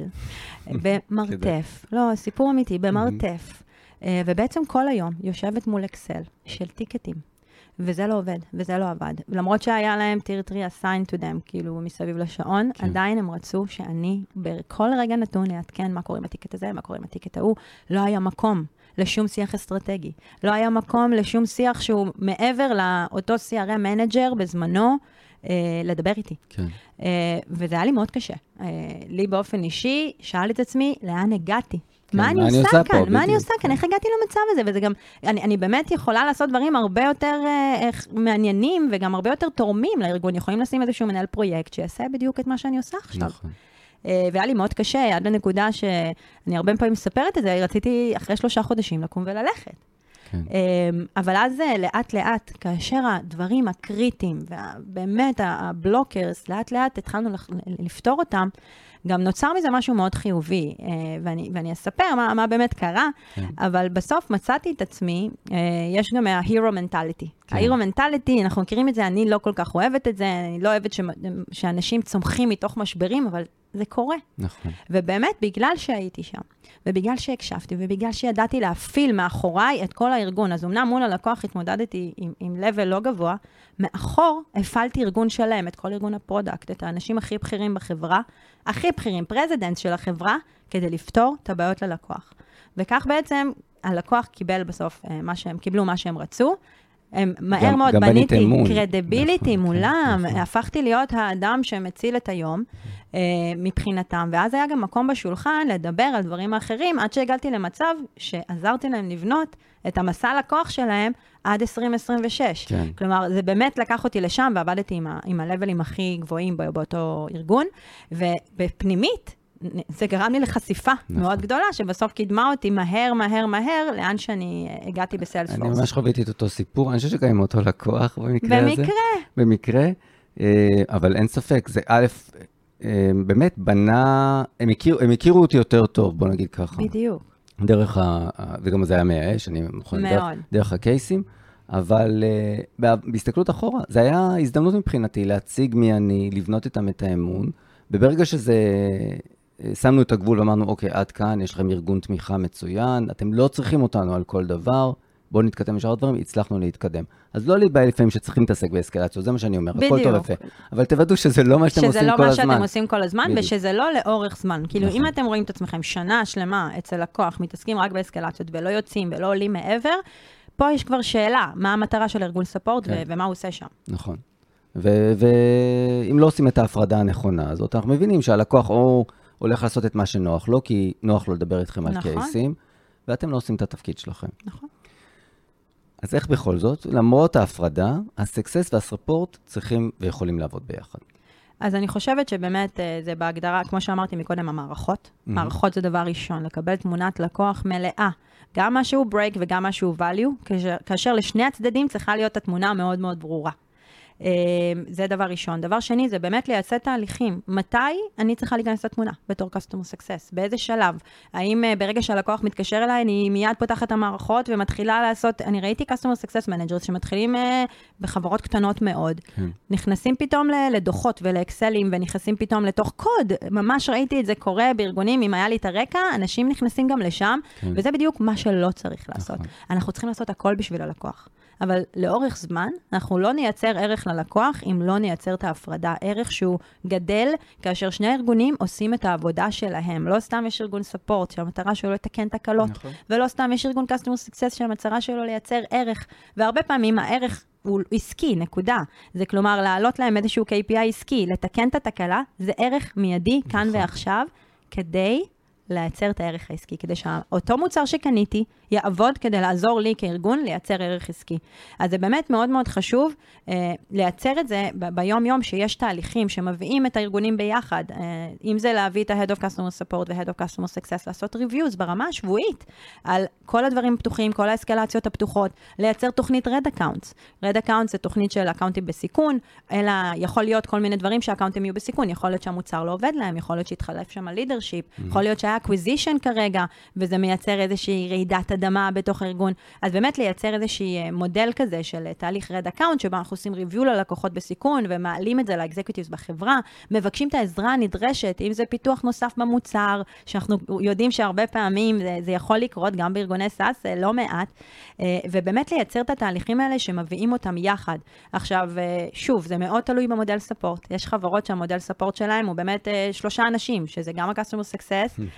Speaker 2: במרתף, לא, סיפור אמיתי, במרתף, ובעצם כל היום יושבת מול אקסל של טיקטים, וזה לא עובד, וזה לא עבד. למרות שהיה להם טיר טרי assigned to them, כאילו מסביב לשעון, כן. עדיין הם רצו שאני בכל רגע נתון אעדכן מה קורה עם הטיקט הזה, מה קורה עם הטיקט ההוא, לא היה מקום לשום שיח אסטרטגי, לא היה מקום לשום שיח שהוא מעבר לאותו סי אר אם מנג'ר בזמנו, לדבר איתי.
Speaker 1: כן.
Speaker 2: וזה היה לי מאוד קשה. לי באופן אישי, שאל את עצמי, לאן הגעתי?
Speaker 1: כן,
Speaker 2: מה אני
Speaker 1: מה
Speaker 2: עושה
Speaker 1: אני עושה
Speaker 2: כאן?
Speaker 1: פה,
Speaker 2: מה אני
Speaker 1: בדיוק,
Speaker 2: עושה כאן?
Speaker 1: כן.
Speaker 2: איך הגעתי למצב הזה? וזה גם, אני, אני באמת יכולה לעשות דברים הרבה יותר אה, מעניינים, וגם הרבה יותר תורמים לארגון. יכולים לשים איזשהו מנהל פרויקט, שיעשה בדיוק את מה שאני עושה עכשיו.
Speaker 1: נכון.
Speaker 2: אה, והיה לי מאוד קשה, עד לנקודה שאני הרבה פעמים מספרת את זה, רציתי אחרי שלושה חודשים לקום וללכת.
Speaker 1: כן.
Speaker 2: אבל אז לאט לאט, כאשר הדברים הקריטיים, ובאמת הבלוקרס, לאט לאט התחלנו לפתור אותם, גם נוצר מזה משהו מאוד חיובי, ואני, ואני אספר מה, מה באמת קרה, כן. אבל בסוף מצאתי את עצמי, יש גם ה-hero mentality. כן. ה-hero mentality, אנחנו מכירים את זה, אני לא כל כך אוהבת את זה, אני לא אוהבת ש, שאנשים צומחים מתוך משברים, אבל זה קורה.
Speaker 1: נכון.
Speaker 2: ובאמת, בגלל שהייתי שם, ובגלל שהקשבתי, ובגלל שידעתי להפיל מאחוריי את כל הארגון, אז אמנם מול הלקוח התמודדתי עם, עם level לא גבוה, מאחור הפעלתי ארגון שלם, את כל ארגון הפרודקט, את האנשים הכי בכירים בחברה, הכי בכירים, פרזידנט של החברה, כדי לפתור את הבעיות ללקוח. וכך בעצם הלקוח קיבל בסוף מה שהם, קיבלו מה שהם רצו, הם מהר מאוד בניתי קרדיביליטי מולם, הפכתי להיות האדם שמציל את היום מבחינתם, ואז היה גם מקום בשולחן לדבר על דברים האחרים, עד שהגעתי למצב שעזרתי להם לבנות את המסע לקוח שלהם עד עשרים עשרים ושש. כן. כלומר, זה באמת לקח אותי לשם, ועבדתי עם, ה- עם הלבלים הכי גבוהים באותו ארגון, ובפנימית, זה גרם לי לחשיפה נכון. מאוד גדולה, שבסוף קידמה אותי מהר, מהר, מהר, לאן שאני הגעתי בסיילספורס.
Speaker 1: אני ממש חוויתי את אותו סיפור, אני חושב שגם עם אותו לקוח במקרה הזה.
Speaker 2: במקרה.
Speaker 1: במקרה, אבל אין ספק, זה א', באמת בנה, הם הכירו, הם הכירו אותי יותר טוב, בוא נגיד ככה.
Speaker 2: בדיוק.
Speaker 1: דרך ה... וגם זה היה מייאש, אני מוכן דרך, דרך הקייסים, אבל uh, בהסתכלות אחורה, זה היה הזדמנות מבחינתי להציג מי אני, לבנות איתם את האמון, וברגע שזה, שמנו את הגבול ואמרנו, אוקיי, עד כאן, יש לכם ארגון תמיכה מצוין, אתם לא צריכים אותנו על כל דבר, בואו נתקדם לשאר הדברים, הצלחנו להתקדם. אז לא לי בעיה לפעמים שצריכים להתעסק באסקלציות, זה מה שאני אומר, הכל טוב יפה. אבל תוודאו שזה לא מה שאתם עושים כל הזמן.
Speaker 2: שזה לא מה שאתם עושים כל הזמן, ושזה לא לאורך זמן. כאילו, אם אתם רואים את עצמכם שנה שלמה אצל לקוח, מתעסקים רק באסקלציות, ולא יוצאים ולא עולים מעבר, פה יש כבר שאלה, מה המטרה של ארגון ספורט ומה הוא עושה שם.
Speaker 1: נכון. ואם לא עושים את ההפרדה הנכונה הזאת, אנחנו מבינים שהלקוח או הולך לעשות את מה שנוח לו, כי נוח לו לדבר איתכם על קייסים, ואתם לא עושים את התפקיד שלכם. נכון. אז איך בכל זאת, למרות ההפרדה, הסקסס והספורט צריכים ויכולים לעבוד ביחד?
Speaker 2: אז אני חושבת שבאמת זה בהגדרה, כמו שאמרתי מקודם, המערכות. Mm-hmm. מערכות זה דבר ראשון, לקבל תמונת לקוח מלאה. גם משהו break וגם משהו value, כאשר, כאשר לשני הצדדים צריכה להיות התמונה מאוד מאוד ברורה. זה דבר ראשון. דבר שני, זה באמת לייצא תהליכים. מתי אני צריכה להיכנס לתמונה בתור customer success? באיזה שלב? האם ברגע שהלקוח מתקשר אליי, אני מיד פותחת המערכות ומתחילה לעשות, אני ראיתי customer success managers שמתחילים בחברות קטנות מאוד, כן. נכנסים פתאום לדוחות ולאקסלים, ונכנסים פתאום לתוך קוד. ממש ראיתי את זה קורה בארגונים, אם היה לי את הרקע, אנשים נכנסים גם לשם, כן. וזה בדיוק מה שלא צריך לעשות. נכון. אנחנו צריכים לעשות הכל בשביל הלקוח. אבל לאורך זמן, אנחנו לא נייצר ערך ללקוח, אם לא נייצר את ההפרדה. ערך שהוא גדל, כאשר שני ארגונים עושים את העבודה שלהם. לא סתם יש ארגון ספורט, שהמטרה שלו לתקן תקלות, נכון. ולא סתם יש ארגון customer success, שהמטרה שלו לייצר ערך. והרבה פעמים הערך הוא עסקי, נקודה. זה כלומר, להעלות להם איזשהו K P I עסקי, לתקן את התקלה, זה ערך מיידי, כאן נכון. ועכשיו, כדי לייצר את הערך העסקי, כדי שאותו מוצר שקניתי יעבוד כדי לעזור לי כארגון לייצר ערך עסקי. אז זה באמת מאוד מאוד חשוב אה, לייצר את זה ב- ביום יום שיש תהליכים שמביאים את הארגונים ביחד, אה, אם זה להביא את ה-Head of Customer Support ו-Head of Customer Success, לעשות reviews ברמה השבועית על כל הדברים הפתוחים, כל האסקלציות הפתוחות, לייצר תוכנית Red Accounts. Red Accounts זה תוכנית של אקאונטים בסיכון, אלא יכול להיות כל מיני דברים שהאקאונטים יהיו בסיכון, יכול להיות שהמוצר לא עובד להם, יכול להיות שהתחלף שם ה-leadership, יכול להיות שהיה acquisition כרגע, וזה מייצר איזושהי רעידת אדמה בתוך הארגון. אז באמת לייצר איזושהי מודל כזה של תהליך רד אקאונט, שבו אנחנו עושים ריוויו ללקוחות בסיכון, ומעלים את זה לאקזקיוטיבס בחברה, מבקשים את העזרה הנדרשת, אם זה פיתוח נוסף במוצר, שאנחנו יודעים שהרבה פעמים זה, זה יכול לקרות גם בארגוני סאס, לא מעט, ובאמת לייצר את התהליכים האלה שמביאים אותם יחד. עכשיו, שוב, זה מאוד תלוי במודל ספורט. יש חברות שהמודל ספורט שלהם הוא באמת שלושה אנשים, שזה גם ה-Customer Success,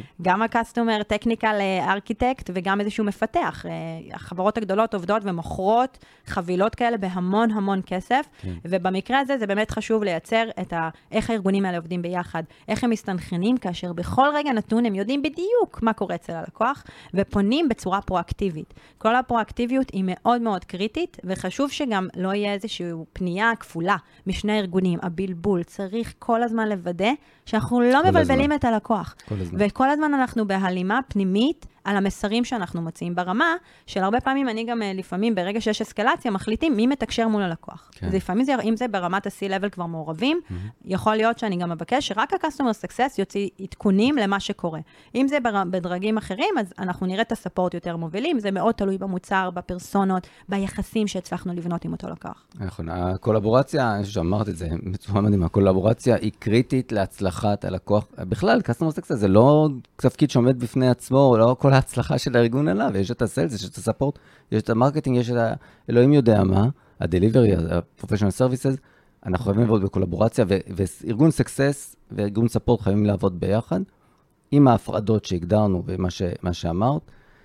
Speaker 2: גם ה-Customer Technical Architect וגם איזשהו מפתח. החברות הגדולות עובדות ומוכרות חבילות כאלה בהמון המון כסף, כן. ובמקרה הזה זה באמת חשוב לייצר את ה... איך הארגונים האלה עובדים ביחד, איך הם מסתנכרנים, כאשר בכל רגע נתון הם יודעים בדיוק מה קורה אצל הלקוח, ופונים בצורה פרואקטיבית. כל הפרואקטיביות היא מאוד מאוד קריטית, וחשוב שגם לא יהיה איזושהי פנייה כפולה משני ארגונים. הבלבול צריך כל הזמן לוודא שאנחנו לא מבלבלים את הלקוח. וכל הזמן אנחנו בהלימה פנימית על המסרים שאנחנו מציעים ברמה, של הרבה פעמים אני גם לפעמים ברגע שיש אסקלציה מחליטים מי מתקשר מול הלקוח. כן. לפעמים זה, אם זה ברמת ה-C-Level כבר מעורבים, mm-hmm. יכול להיות שאני גם מבקש שרק ה-Customer Success יוציא עדכונים למה שקורה. אם זה בדרגים אחרים, אז אנחנו נראה את הספורט יותר מובילים, זה מאוד תלוי במוצר, בפרסונות, ביחסים שהצלחנו לבנות עם אותו לקוח.
Speaker 1: נכון, הקולבורציה, אני חושב שאמרת את זה, מצוין מדהים, הקולבורציה היא קריטית להצלחת הלקוח. בכלל, Customer Success זה לא תפקיד שעומד בפני עצמו, לא כל ההצלחה של הארגון עליו, יש את הסיילס, יש את הספורט, יש את המרקטינג, יש את האלוהים יודע מה, הדליברי, הפרופשיונל סרוויסס, אנחנו חייבים לעבוד בקולבורציה, וארגון סקסס וארגון ספורט חייבים לעבוד ביחד, עם ההפרדות שהגדרנו ומה שאמרת,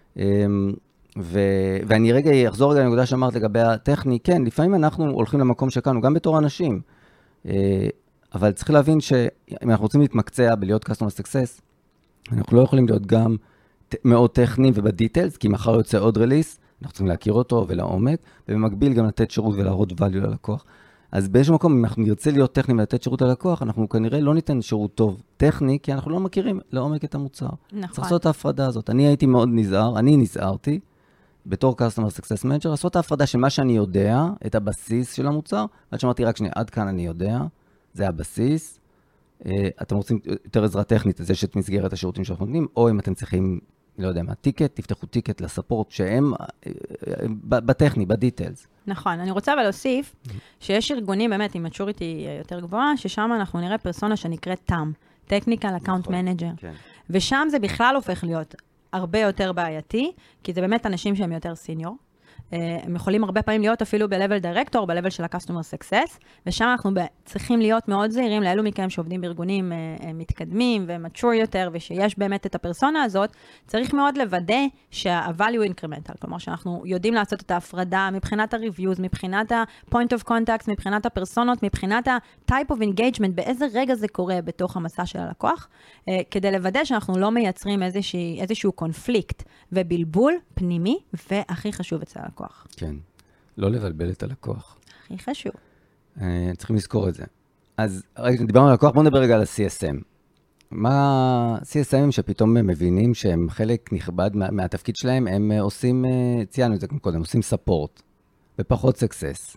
Speaker 1: ואני רגע אחזור רגע לנקודה שאמרת לגבי הטכני, כן, לפעמים אנחנו הולכים למקום שכאנו, גם בתור אנשים, אבל צריך להבין שאם אנחנו רוצים להתמקצע בלהיות customer success, אנחנו לא יכולים להיות גם מאוד טכניים ובדיטלס, כי מחר יוצא עוד רליס, אנחנו צריכים להכיר אותו ולעומק, ובמקביל גם לתת שירות ולהראות value ללקוח. אז באיזשהו מקום, אם אנחנו נרצה להיות טכניים ולתת שירות ללקוח, אנחנו כנראה לא ניתן שירות טוב טכני, כי אנחנו לא מכירים לעומק את המוצר. נכון. צריך לעשות את ההפרדה הזאת. אני הייתי מאוד נזהר, אני נזהרתי, בתור Customer Success Manager, לעשות את ההפרדה של מה שאני יודע, את הבסיס של המוצר, עד שאמרתי רק שנייה, עד כאן אני יודע, זה הבסיס, אתם רוצים יותר עזרה טכנית, אז יש את מסגרת השירותים שאנחנו נותנים, או אם אתם צריכים, לא יודע מה, טיקט, תפתחו טיקט לספורט, שהם בטכני, בדיטלס.
Speaker 2: נכון, אני רוצה אבל להוסיף, שיש ארגונים באמת עם maturity יותר גבוהה, ששם אנחנו נראה פרסונה שנקראת טאם, Technical Account Manager, ושם זה בכלל הופך להיות הרבה יותר בעייתי, כי זה באמת אנשים שהם יותר סיניור, הם יכולים הרבה פעמים להיות אפילו ב-level director, ב-level של ה-customer success, ושם אנחנו צריכים להיות מאוד זהירים לאלו מכם שעובדים בארגונים מתקדמים ומצ'ור יותר, ושיש באמת את הפרסונה הזאת, צריך מאוד לוודא שה-value incremental, כלומר שאנחנו יודעים לעשות את ההפרדה מבחינת ה-reviews, מבחינת ה-point of contact, מבחינת הפרסונות, מבחינת ה-type of engagement, באיזה רגע זה קורה בתוך המסע של הלקוח, כדי לוודא שאנחנו לא מייצרים איזושהי, איזשהו קונפליקט ובלבול פנימי, והכי חשוב אצל הלקוח.
Speaker 1: כן, לא לבלבל את הלקוח.
Speaker 2: הכי חשוב.
Speaker 1: צריכים לזכור את זה. אז רגע, דיברנו על הלקוח, בואו נדבר רגע על ה-סי אס אם. מה ה-סי אס אם שפתאום הם מבינים שהם חלק נכבד מה, מהתפקיד שלהם, הם עושים, ציינו את זה קודם, עושים ספורט, ופחות סקסס.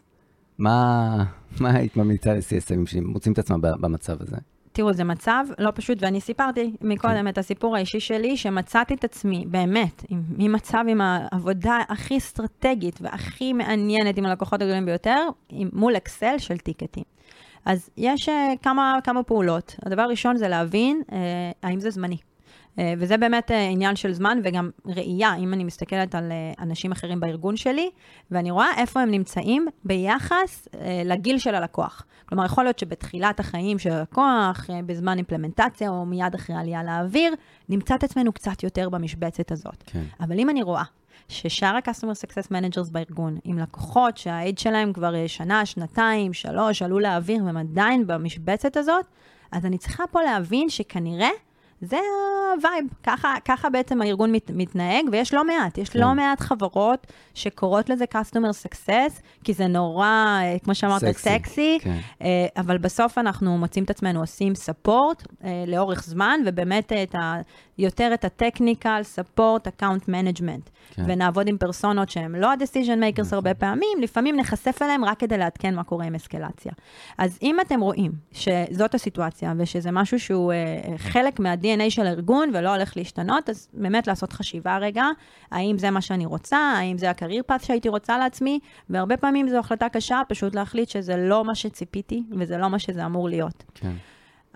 Speaker 1: מה, מה היית ממליצה ל-סי אס אם שמוצאים את עצמם במצב הזה?
Speaker 2: תראו, זה מצב לא פשוט, ואני סיפרתי מקודם את הסיפור האישי שלי, שמצאתי את עצמי, באמת, ממצב עם העבודה הכי אסטרטגית והכי מעניינת עם הלקוחות הגדולים ביותר, מול אקסל של טיקטים. אז יש כמה, כמה פעולות. הדבר הראשון זה להבין האם זה זמני. וזה באמת עניין של זמן וגם ראייה, אם אני מסתכלת על אנשים אחרים בארגון שלי, ואני רואה איפה הם נמצאים ביחס לגיל של הלקוח. כלומר, יכול להיות שבתחילת החיים של הלקוח, בזמן אימפלמנטציה או מיד אחרי עלייה לאוויר, נמצא את עצמנו קצת יותר במשבצת הזאת. כן. אבל אם אני רואה ששאר ה-Customer Success Managers בארגון, עם לקוחות שהעיד שלהם כבר שנה, שנתיים, שלוש, עלו לאוויר, והם עדיין במשבצת הזאת, אז אני צריכה פה להבין שכנראה זה הווייב, ככה, ככה בעצם הארגון מת, מתנהג, ויש לא מעט, יש כן. לא מעט חברות שקוראות לזה Customer Success, כי זה נורא, כמו שאמרת, סקסי, סקסי כן. אבל בסוף אנחנו מוצאים את עצמנו, עושים ספורט לאורך זמן, ובאמת את ה, יותר את הטכניקל, ספורט, אקאונט מנג'מנט, כן. ונעבוד עם פרסונות שהם לא ה-decision makers הרבה פעמים, לפעמים נחשף אליהם רק כדי לעדכן מה קורה עם אסקלציה. אז אם אתם רואים שזאת הסיטואציה, ושזה משהו שהוא חלק מה-די אן איי של הארגון, ולא הולך להשתנות, אז באמת לעשות חשיבה רגע, האם זה מה שאני רוצה, האם זה הקרייר פאס שהייתי רוצה לעצמי, והרבה פעמים זו החלטה קשה, פשוט להחליט שזה לא מה שציפיתי, וזה לא מה שזה אמור להיות. כן.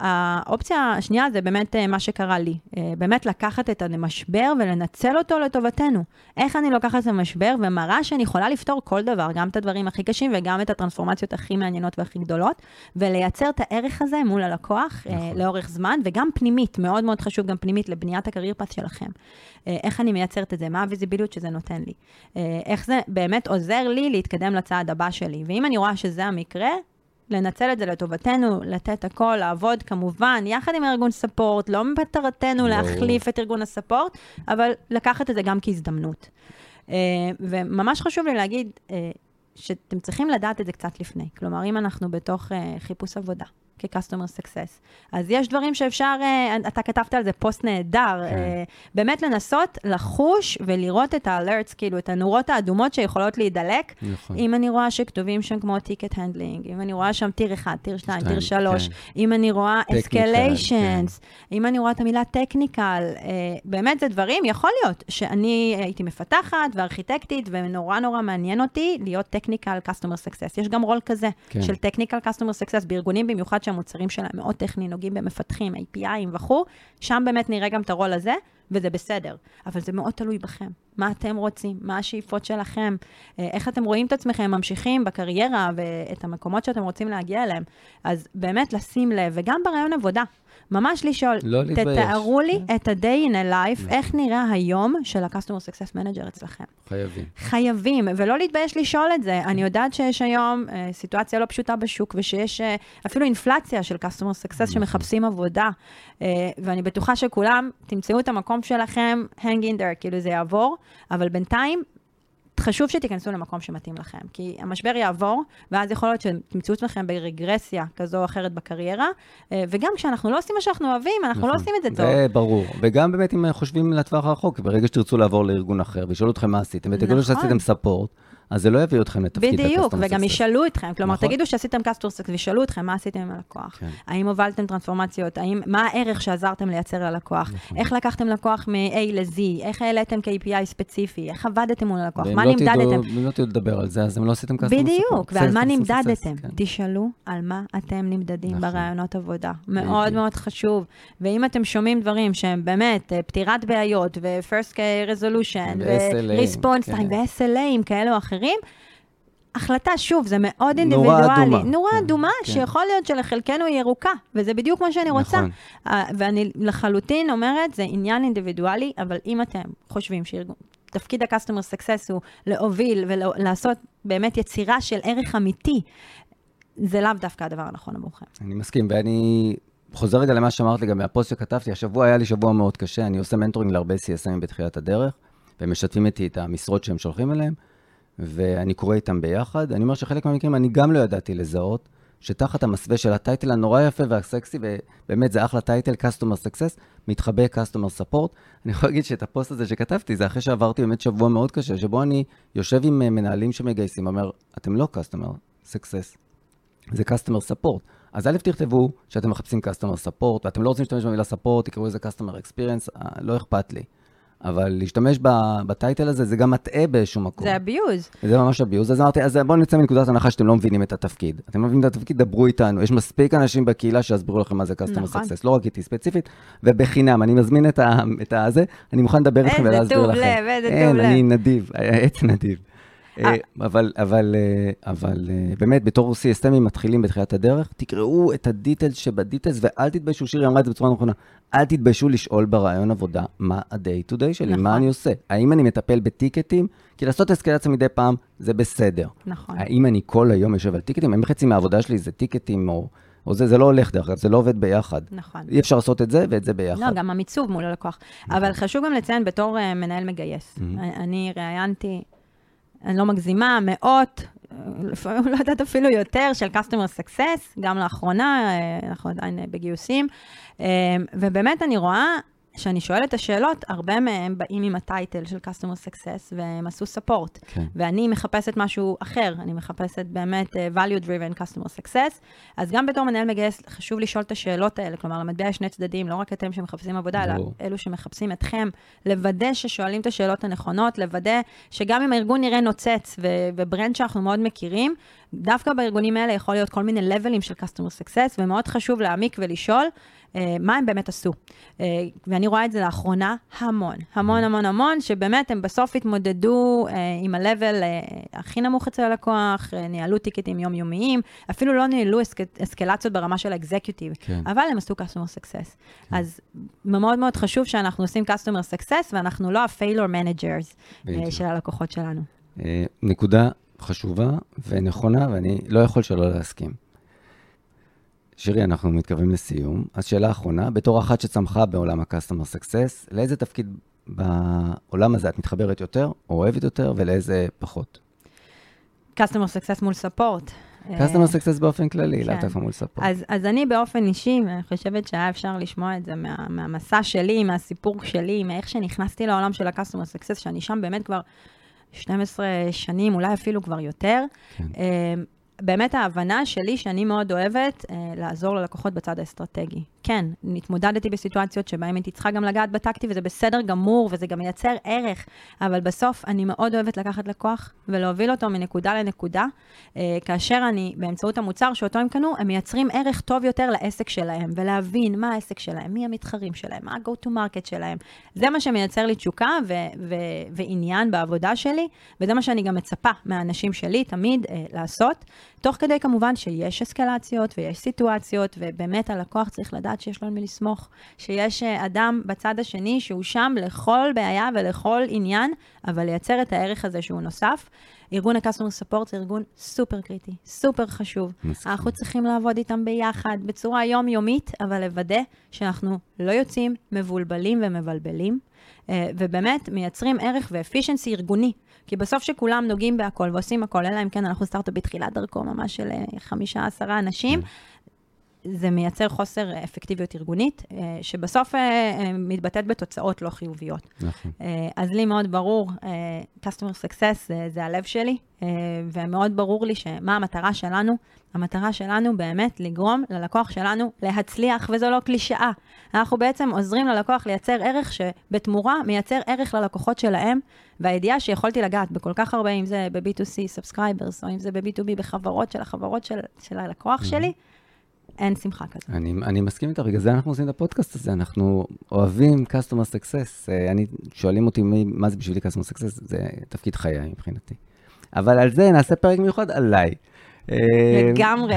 Speaker 2: האופציה השנייה זה באמת מה שקרה לי. באמת לקחת את המשבר ולנצל אותו לטובתנו. איך אני לוקחת את המשבר ומראה שאני יכולה לפתור כל דבר, גם את הדברים הכי קשים וגם את הטרנספורמציות הכי מעניינות והכי גדולות, ולייצר את הערך הזה מול הלקוח נכון. לאורך זמן, וגם פנימית, מאוד מאוד חשוב גם פנימית לבניית הקרייר פאת' שלכם. איך אני מייצרת את זה, מה הוויזיביליות שזה נותן לי. איך זה באמת עוזר לי להתקדם לצעד הבא שלי. ואם אני רואה שזה המקרה, לנצל את זה לטובתנו, לתת הכל, לעבוד כמובן, יחד עם ארגון ספורט, לא מטרתנו להחליף את ארגון הספורט, אבל לקחת את זה גם כהזדמנות. וממש חשוב לי להגיד שאתם צריכים לדעת את זה קצת לפני. כלומר, אם אנחנו בתוך חיפוש עבודה, כ-Customer Success. אז יש דברים שאפשר, אתה כתבת על זה פוסט נהדר, באמת לנסות לחוש ולראות את ה-alerts, כאילו את הנורות האדומות שיכולות להידלק, אם אני רואה שכתובים שם כמו ticket handling, אם אני רואה שם טיר אחד, טיר שתיים, טיר שלוש, אם אני רואה escalations, אם אני רואה את המילה technical, באמת זה דברים, יכול להיות שאני הייתי מפתחת וארכיטקטית, ונורא נורא מעניין אותי להיות technical Customer Success. יש גם רול כזה של technical Customer Success בארגונים, במיוחד שהמוצרים שלהם מאוד טכני, נוגעים במפתחים, איי פי איי וכו', שם באמת נראה גם את הרול הזה, וזה בסדר. אבל זה מאוד תלוי בכם. מה אתם רוצים? מה השאיפות שלכם? איך אתם רואים את עצמכם, ממשיכים בקריירה, ואת המקומות שאתם רוצים להגיע אליהם. אז באמת לשים לב, וגם ברעיון עבודה, ממש לשאול,
Speaker 1: לא
Speaker 2: תתארו לי את ה-day in a life, איך נראה היום של ה-Customer Success Manager אצלכם.
Speaker 1: חייבים.
Speaker 2: חייבים, ולא להתבייש לשאול את זה. אני יודעת שיש היום סיטואציה לא פשוטה בשוק, ושיש אפילו אינפלציה של Customer Success שמחפשים עבודה, ואני בטוחה שכולם תמצאו את המקום שלכם, hang in there, כאילו זה יעבור, אבל בינתיים, חשוב שתיכנסו למקום שמתאים לכם, כי המשבר יעבור, ואז יכול להיות שתמצאו עצמכם ברגרסיה כזו או אחרת בקריירה, וגם כשאנחנו לא עושים מה שאנחנו אוהבים, אנחנו לא עושים את זה טוב.
Speaker 1: זה ברור, וגם באמת אם חושבים לטווח הרחוק, ברגע שתרצו לעבור לארגון אחר, וישאלו אתכם מה עשיתם, ותגידו שעשיתם ספורט, אז זה לא יביא אתכם לתפקיד ה-Customer Success.
Speaker 2: בדיוק, וגם ישאלו אתכם, כלומר, תגידו שעשיתם Customer Success, וישאלו אתכם מה עשיתם עם הלקוח. האם הובלתם טרנספורמציות, מה הערך שעזרתם לייצר ללקוח, איך לקחתם לקוח מ-A ל-Z, איך העליתם כ-איי פי איי ספציפי, איך עבדתם מול הלקוח, מה נמדדתם.
Speaker 1: אם לא תדעו לדבר על זה, אז הם לא עשיתם Customer Success.
Speaker 2: בדיוק, ועל מה נמדדתם. תשאלו על מה אתם נמדדים ברעיונות עבודה. מאוד מאוד חשוב. ואם אתם שומעים דברים שהם באמת פתירת בעיות, ו-First Resolution, ו-Response Time, ו-אס אל איי, כאלו אחרים, החלטה, שוב, זה מאוד אינדיבידואלי. נורה אדומה, שיכול להיות שלחלקנו היא ירוקה, וזה בדיוק מה שאני רוצה. ואני לחלוטין אומרת, זה עניין אינדיבידואלי, אבל אם אתם חושבים שתפקיד ה-Customer Success הוא להוביל ולעשות באמת יצירה של ערך אמיתי, זה לאו דווקא הדבר הנכון עבורכם.
Speaker 1: אני מסכים, ואני חוזר רגע למה שאמרת לי, גם מהפוסט שכתבתי, השבוע היה לי שבוע מאוד קשה, אני עושה מנטורינג להרבה סי אס אם בתחילת הדרך, והם משתפים איתי את המשרות שהם שולחים אליהם, ואני קורא איתם ביחד. אני אומר שחלק מהמקרים אני גם לא ידעתי לזהות, שתחת המסווה של הטייטל הנורא יפה והסקסי, ובאמת זה אחלה טייטל, Customer Success, מתחבא Customer Support. אני יכול להגיד שאת הפוסט הזה שכתבתי, זה אחרי שעברתי באמת שבוע מאוד קשה, שבו אני יושב עם מנהלים שמגייסים, אומר, אתם לא Customer Success, זה Customer Support. אז א' תכתבו שאתם מחפשים Customer Support, ואתם לא רוצים להשתמש במילה Support, תקראו איזה Customer Experience, לא אכפת לי. אבל להשתמש בטייטל הזה, זה גם מטעה באיזשהו מקום.
Speaker 2: זה אביוז.
Speaker 1: זה ממש אביוז. אז אמרתי, אז בואו נצא מנקודת הנחה שאתם לא מבינים את התפקיד. אתם לא מבינים את התפקיד, דברו איתנו. יש מספיק אנשים בקהילה שיסבירו לכם מה זה Customer Success. לא רק איתי ספציפית, ובחינם. אני מזמין את הזה, אני מוכן לדבר איתכם ולהסביר לכם.
Speaker 2: איזה טוב לב, איזה טוב לב.
Speaker 1: אין, אני נדיב, עץ נדיב. אבל, אבל, אבל באמת, בתור סי אס אם מתחילים בתחילת הדרך, תקראו את הדיטלס שבדיטלס, ואל תתביישו, שירי אמרה את זה בצורה נכונה, אל תתביישו לשאול ברעיון עבודה, מה ה-day to day שלי, מה אני עושה? האם אני מטפל בטיקטים? כי לעשות אסקלציה מדי פעם, זה בסדר.
Speaker 2: נכון.
Speaker 1: האם אני כל היום יושב על טיקטים? האם חצי מהעבודה שלי זה טיקטים או... או זה, זה לא הולך דרך כלל, זה לא עובד ביחד. נכון. אי אפשר לעשות את זה ואת זה ביחד.
Speaker 2: לא, גם המיצוב מול הלקוח. אבל חשוב גם לציין בתור מנהל מגייס. אני ראיינתי, אני לא מגזימה, מאות, לפעמים לא יודעת אפילו יותר, של Customer Success, גם לאחרונה, אנחנו עדיין בגיוסים, ובאמת אני רואה, שאני שואלת את השאלות, הרבה מהם באים עם הטייטל של Customer Success, והם עשו support. כן. ואני מחפשת משהו אחר, אני מחפשת באמת uh, value driven Customer Success, אז גם בתור מנהל מגייס, חשוב לשאול את השאלות האלה, כלומר, למטבע יש שני צדדים, לא רק אתם שמחפשים עבודה, אלא אלו שמחפשים אתכם, לוודא ששואלים את השאלות הנכונות, לוודא שגם אם הארגון נראה נוצץ, ו- וברנד שאנחנו מאוד מכירים, דווקא בארגונים האלה יכול להיות כל מיני לבלים של customer success, ומאוד חשוב להעמיק ולשאול אה, מה הם באמת עשו. אה, ואני רואה את זה לאחרונה המון, המון המון המון, שבאמת הם בסוף התמודדו אה, עם ה-level אה, הכי נמוך אצל הלקוח, אה, ניהלו טיקטים יומיומיים, אפילו לא ניהלו אסק, אסקלציות ברמה של האקזקיוטיב, כן. אבל הם עשו customer success. כן. אז מאוד מאוד חשוב שאנחנו עושים customer success, ואנחנו לא ה-failure managers אה, של הלקוחות שלנו.
Speaker 1: אה, נקודה חשובה ונכונה, ואני לא יכול שלא להסכים. שירי, אנחנו מתקרבים לסיום. אז שאלה אחרונה, בתור אחת שצמחה בעולם ה-Customer Success, לאיזה תפקיד בעולם הזה את מתחברת יותר, או אוהבת יותר, ולאיזה פחות?
Speaker 2: Customer Success מול ספורט.
Speaker 1: Customer Success באופן כללי, לא תפע מול ספורט.
Speaker 2: אז, אז אני באופן אישי, ואני חושבת שהיה אפשר לשמוע את זה מה, מהמסע שלי, מהסיפור שלי, מאיך שנכנסתי לעולם של ה-Customer Success, שאני שם באמת כבר שתים עשרה שנים, אולי אפילו כבר יותר. כן. באמת ההבנה שלי, שאני מאוד אוהבת, אה, לעזור ללקוחות בצד האסטרטגי. כן, נתמודדתי בסיטואציות שבהן הייתי צריכה גם לגעת בטקטי, וזה בסדר גמור, וזה גם מייצר ערך, אבל בסוף אני מאוד אוהבת לקחת לקוח, ולהוביל אותו מנקודה לנקודה, אה, כאשר אני, באמצעות המוצר שאותו הם קנו, הם מייצרים ערך טוב יותר לעסק שלהם, ולהבין מה העסק שלהם, מי המתחרים שלהם, מה ה-go to market שלהם. זה מה שמייצר לי תשוקה ו- ו- ועניין בעבודה שלי, וזה מה שאני גם מצפה מהאנשים שלי תמיד אה, לעשות. תוך כדי כמובן שיש אסקלציות ויש סיטואציות, ובאמת הלקוח צריך לדעת שיש לו על מי לסמוך, שיש אדם בצד השני שהוא שם לכל בעיה ולכל עניין, אבל לייצר את הערך הזה שהוא נוסף. ארגון ה-Customer Support זה ארגון סופר קריטי, סופר חשוב. מסכים. אנחנו צריכים לעבוד איתם ביחד, בצורה יומיומית, אבל לוודא שאנחנו לא יוצאים מבולבלים ומבלבלים, ובאמת מייצרים ערך ואפישנסי ארגוני. כי בסוף שכולם נוגעים בהכל ועושים הכל, אלא אם כן אנחנו סטארט-אפ בתחילת דרכו ממש של חמישה עשרה אנשים, זה מייצר חוסר אפקטיביות ארגונית, שבסוף מתבטאת בתוצאות לא חיוביות. נכון. אז לי מאוד ברור, Customer Success זה הלב שלי, ומאוד ברור לי שמה המטרה שלנו, המטרה שלנו באמת לגרום ללקוח שלנו להצליח, וזו לא קלישאה. אנחנו בעצם עוזרים ללקוח לייצר ערך שבתמורה מייצר ערך ללקוחות שלהם, והידיעה שיכולתי לגעת בכל כך הרבה, אם זה ב-בי טו סי Subscribers, או אם זה ב-בי טו בי בחברות של החברות של, של הלקוח שלי, אין שמחה כזאת.
Speaker 1: אני, אני מסכים איתך, בגלל זה אנחנו עושים את הפודקאסט הזה, אנחנו אוהבים Customer Success, אני, שואלים אותי מי, מה זה בשבילי Customer Success, זה תפקיד חיי מבחינתי. אבל על זה נעשה פרק מיוחד עליי.
Speaker 2: לגמרי.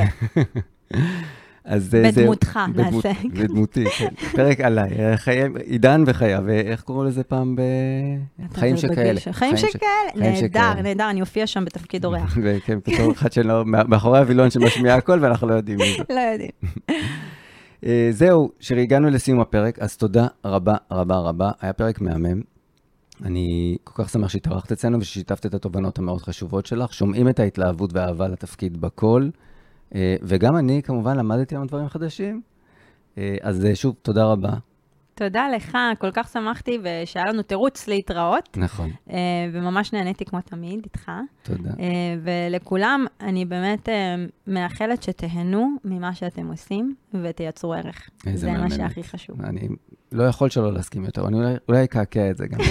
Speaker 1: אז
Speaker 2: בדמותך נעשה.
Speaker 1: בדמותי, כן. פרק עליי, עידן וחייו, ואיך קוראים לזה פעם בחיים שכאלה?
Speaker 2: חיים שכאלה, נהדר, נהדר, אני אופיע שם בתפקיד אורח.
Speaker 1: וכן, בתור אחד שלא, מאחורי הווילון שמשמיע הכל, ואנחנו לא יודעים מי זה.
Speaker 2: לא יודעים.
Speaker 1: זהו, שהגענו לסיום הפרק, אז תודה רבה רבה רבה, היה פרק מהמם. אני כל כך שמח שהתארחת אצלנו וששיתפת את התובנות המאוד חשובות שלך, שומעים את ההתלהבות והאהבה לתפקיד בכל, וגם אני כמובן למדתי היום דברים חדשים, אז שוב, תודה רבה.
Speaker 2: תודה לך, כל כך שמחתי ושהיה לנו תירוץ להתראות.
Speaker 1: נכון.
Speaker 2: וממש נהניתי כמו תמיד איתך.
Speaker 1: תודה.
Speaker 2: ולכולם אני באמת מאחלת שתהנו ממה שאתם עושים ותייצרו ערך. זה מה שהכי חשוב.
Speaker 1: אני לא יכול שלא להסכים יותר, אני אולי, אולי אקעקע את זה גם.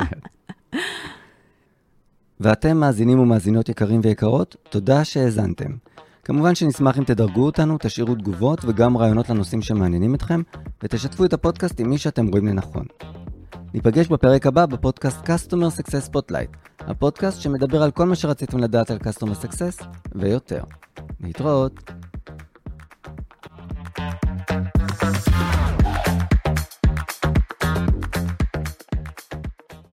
Speaker 1: ואתם מאזינים ומאזינות יקרים ויקרות, תודה שהאזנתם. כמובן שנשמח אם תדרגו אותנו, תשאירו תגובות וגם רעיונות לנושאים שמעניינים אתכם, ותשתפו את הפודקאסט עם מי שאתם רואים לנכון. ניפגש בפרק הבא בפודקאסט Customer Success Spotlight, הפודקאסט שמדבר על כל מה שרציתם לדעת על Customer Success ויותר. להתראות.